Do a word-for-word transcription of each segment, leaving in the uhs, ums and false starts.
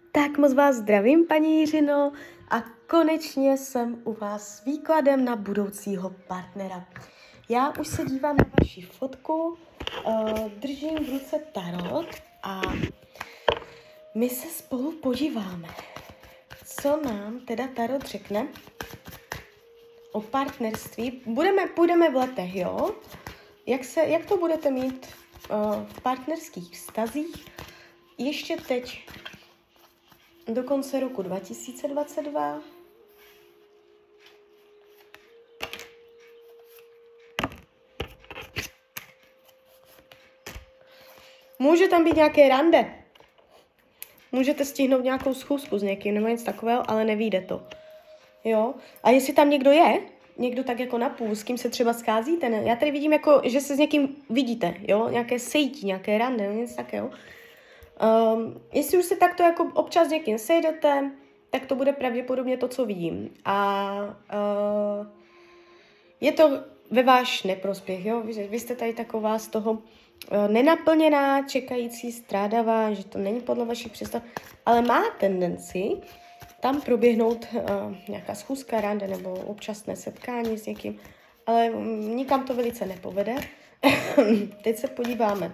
Tak moc vás zdravím, paní Jiřino, a konečně jsem u vás s výkladem na budoucího partnera. Já už se dívám na vaši fotku, uh, držím v ruce tarot a my se spolu podíváme, co nám teda tarot řekne o partnerství. Budeme, půjdeme v letech, jo? Jak, se, jak to budete mít uh, v partnerských vztazích ještě teď do konce roku dva tisíce dvacet dva. Může tam být nějaké rande. Můžete stihnout nějakou schůzku s někým nebo něco takového, ale nevíde to. Jo? A jestli tam někdo je, někdo tak jako napůl, s kým se třeba scházíte, ne? Já tady vidím, jako, že se s někým vidíte, jo? Nějaké sejtí, nějaké rande, něco takového. Um, jestli už se takto jako občas s někým sejdete, tak to bude pravděpodobně to, co vidím. A uh, je to ve váš neprospěch, jo? Vy, vy jste tady taková z toho uh, nenaplněná, čekající, strádavá, že to není podle vašich představ, ale má tendenci tam proběhnout uh, nějaká schůzka, rande nebo občasné setkání s někým, ale um, nikam to velice nepovede. Teď se podíváme.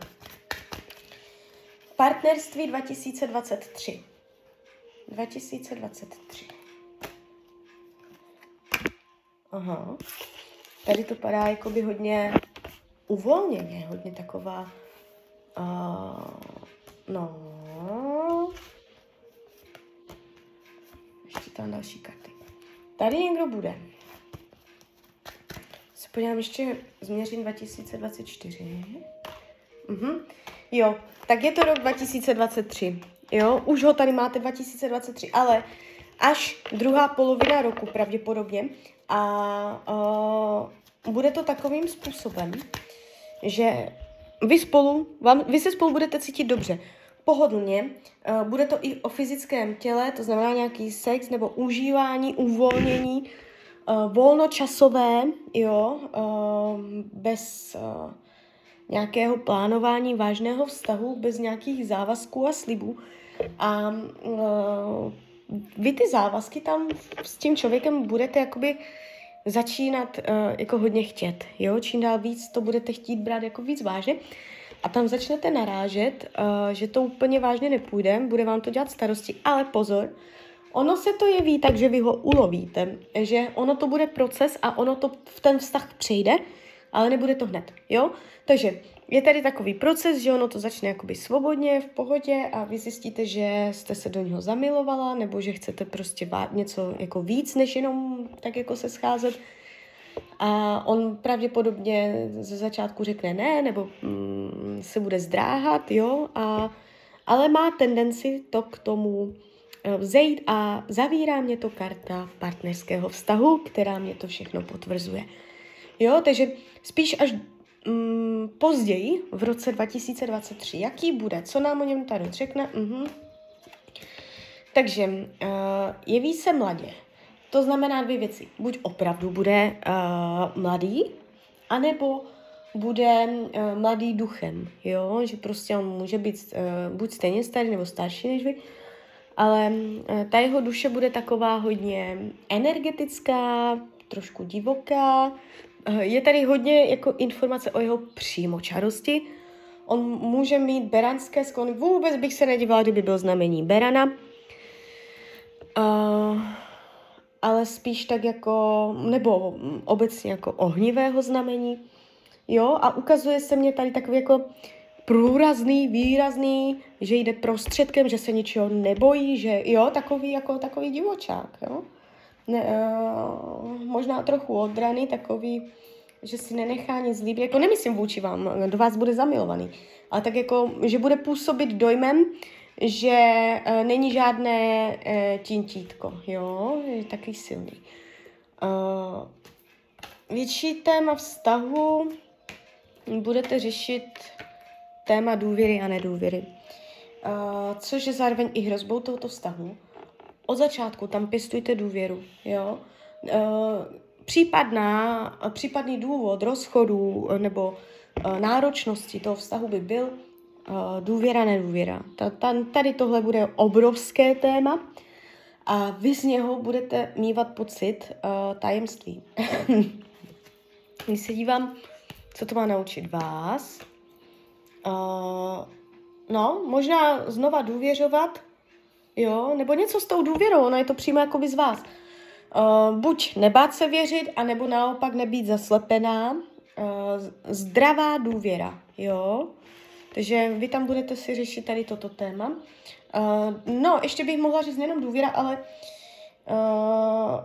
Partnerství dva tisíce dvacet tři. dva tisíce dvacet tři. Aha. Tady to padá jakoby hodně uvolněně, hodně taková uh, no. Ještě tam další karty. Tady někdo bude. Se podívám ještě, změřím dva tisíce dvacet čtyři. Mhm. Jo, tak je to rok dva tisíce dvacet tři. Jo, už ho tady máte dva tisíce dvacet tři, ale až druhá polovina roku pravděpodobně. A uh, bude to takovým způsobem, že vy spolu, vám, vy se spolu budete cítit dobře, pohodlně. Uh, bude to i o fyzickém těle, to znamená nějaký sex nebo užívání, uvolnění, uh, volnočasové, jo, uh, bez uh, nějakého plánování vážného vztahu, bez nějakých závazků a slibů. A uh, vy ty závazky tam s tím člověkem budete jakoby začínat uh, jako hodně chtět. Jo? Čím dál víc to budete chtít brát jako víc vážně. A tam začnete narážet, uh, že to úplně vážně nepůjde, bude vám to dělat starosti, ale pozor, ono se to jeví tak, že vy ho ulovíte, že ono to bude proces a ono to v ten vztah přejde, ale nebude to hned, jo? Takže je tady takový proces, že ono to začne jakoby svobodně, v pohodě a vy zjistíte, že jste se do něho zamilovala nebo že chcete prostě něco jako víc, než jenom tak jako se scházet. A on pravděpodobně ze začátku řekne ne, nebo mm, se bude zdráhat, jo? A, ale má tendenci to k tomu vzejít a zavírá mě to karta partnerského vztahu, která mě to všechno potvrzuje. Jo, takže spíš až mm, později, v roce dva tisíce dvacet tři, jaký bude, co nám o něm tady řekne. Mhm. Takže uh, jeví se mladě. To znamená dvě věci. Buď opravdu bude uh, mladý, anebo bude uh, mladý duchem, jo, že prostě on může být uh, buď stejně starý, nebo starší než vy, ale uh, ta jeho duše bude taková hodně energetická, trošku divoká. Je tady hodně jako informace o jeho přímočarosti. On může mít beranské sklony. Vůbec bych se nedívala, kdyby byl znamení berana. Uh, ale spíš tak jako, nebo obecně jako ohnivého znamení. Jo, a ukazuje se mně tady takový jako průrazný, výrazný, že jde prostředkem, že se ničeho nebojí, že jo, takový jako takový divočák, jo. Ne, uh, možná trochu odraný, takový, že si nenechá nic líbit, jako nemyslím vůči vám, do vás bude zamilovaný, ale tak jako, že bude působit dojmem, že uh, není žádné uh, tintítko, jo, je takový silný. Uh, větší téma vztahu budete řešit téma důvěry a nedůvěry, uh, což je zároveň i hrozbou tohoto vztahu. Od začátku tam pěstujte důvěru, jo. E, případná, případný důvod rozchodu nebo e, náročnosti toho vztahu by byl Uh, důvěra, nedůvěra. Ta, ta, tady tohle bude obrovské téma a vy z něho budete mívat pocit uh, tajemství. Když se dívám, co to má naučit vás, uh, no, možná znova důvěřovat, jo, nebo něco s tou důvěrou, ono je to přímo jakoby z vás. Uh, buď nebát se věřit, anebo naopak nebýt zaslepená. Uh, zdravá důvěra, jo. Takže vy tam budete si řešit tady toto téma. Uh, no, ještě bych mohla říct nejenom důvěra, ale uh,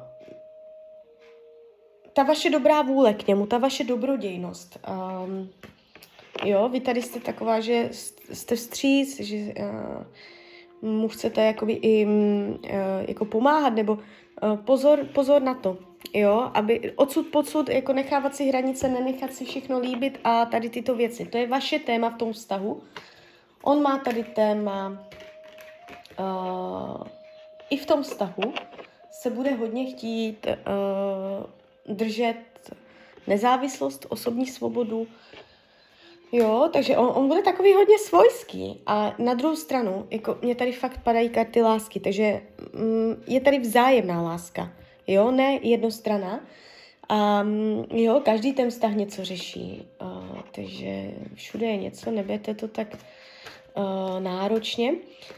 ta vaše dobrá vůle k němu, ta vaše dobrodějnost. Um, jo, vy tady jste taková, že jste vstříc, že uh, mu chcete jakoby i uh, jako pomáhat, nebo uh, pozor, pozor na to, jo, aby odsud podsud jako nechávat si hranice, nenechat si všechno líbit a tady tyto věci. To je vaše téma v tom vztahu. On má tady téma uh, i v tom vztahu se bude hodně chtít uh, držet nezávislost, osobní svobodu. Jo, takže on, on bude takový hodně svojský. A na druhou stranu, jako mě tady fakt padají karty lásky, takže mm, je tady vzájemná láska. Jo, ne jednostrana. Um, jo, každý ten vztah něco řeší. Uh, takže všude je něco, neberte to tak uh, náročně.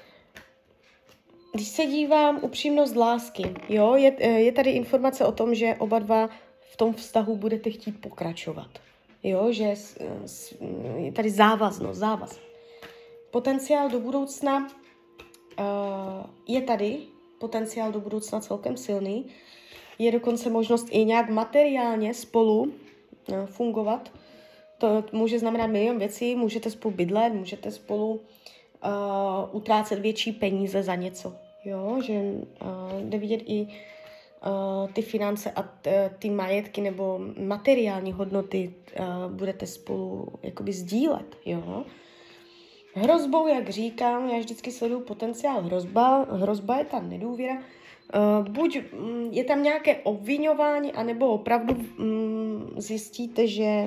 Když se dívám, upřímnost lásky, jo, je, je tady informace o tom, že oba dva v tom vztahu budete chtít pokračovat. Jo, že je tady závaznost, závaz. Potenciál do budoucna uh, je tady, potenciál do budoucna celkem silný. Je dokonce možnost i nějak materiálně spolu uh, fungovat. To může znamenat milion věcí, můžete spolu bydlet, můžete spolu uh, utrácet větší peníze za něco. Jo, že uh, jde vidět i uh, ty finance a t, ty majetky nebo materiální hodnoty uh, budete spolu jakoby sdílet, jo. Hrozbou, jak říkám, já vždycky sleduju potenciál hrozba, hrozba je ta nedůvěra. Uh, buď um, je tam nějaké obviňování, anebo opravdu um, zjistíte, že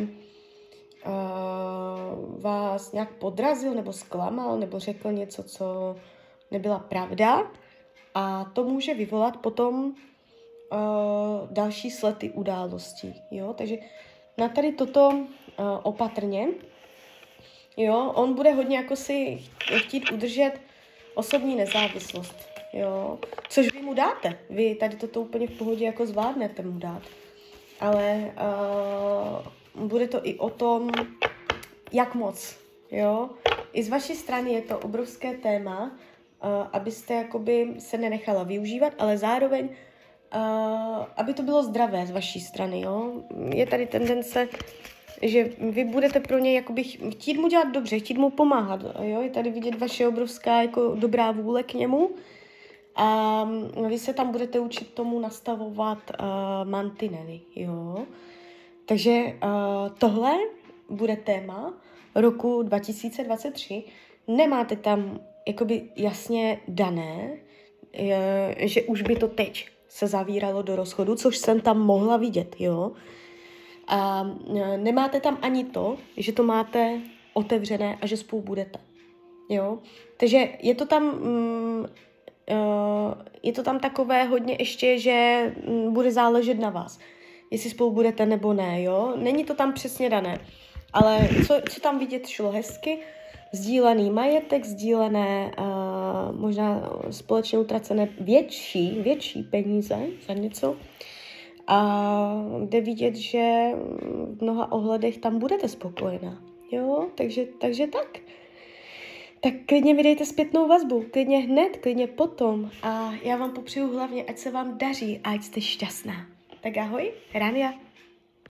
uh, vás nějak podrazil, nebo zklamal, nebo řekl něco, co nebyla pravda. A to může vyvolat potom uh, další sledy událostí. Jo? Takže na tady toto uh, opatrně. Jo? On bude hodně jako si chtít udržet osobní nezávislost. Jo? Což vy mu dáte. Vy tady toto úplně v pohodě jako zvládnete mu dát. Ale uh, bude to i o tom, jak moc. Jo? I z vaší strany je to obrovské téma, Uh, abyste jakoby se nenechala využívat, ale zároveň, uh, aby to bylo zdravé z vaší strany, jo. Je tady tendence, že vy budete pro něj jakoby chtít mu dělat dobře, chtít mu pomáhat, jo. Je tady vidět vaše obrovská jako dobrá vůle k němu a vy se tam budete učit tomu nastavovat uh, mantinely, jo. Takže uh, tohle bude téma roku dva tisíce dvacet tři. Nemáte tam jakoby jasně dané, že už by to teď se zavíralo do rozchodu, což jsem tam mohla vidět, jo. A nemáte tam ani to, že to máte otevřené a že spolu budete, jo. Takže je to tam, mm, je to tam takové hodně ještě, že bude záležet na vás, jestli spolu budete nebo ne, jo. Není to tam přesně dané, ale co, co tam vidět šlo hezky, sdílený majetek, sdílené, uh, možná společně utracené větší, větší peníze za něco. A jde vidět, že v mnoha ohledech tam budete spokojená. Jo, takže, takže tak. Tak klidně vydejte zpětnou vazbu, klidně hned, klidně potom. A já vám popřeju hlavně, ať se vám daří a ať jste šťastná. Tak ahoj, Rania.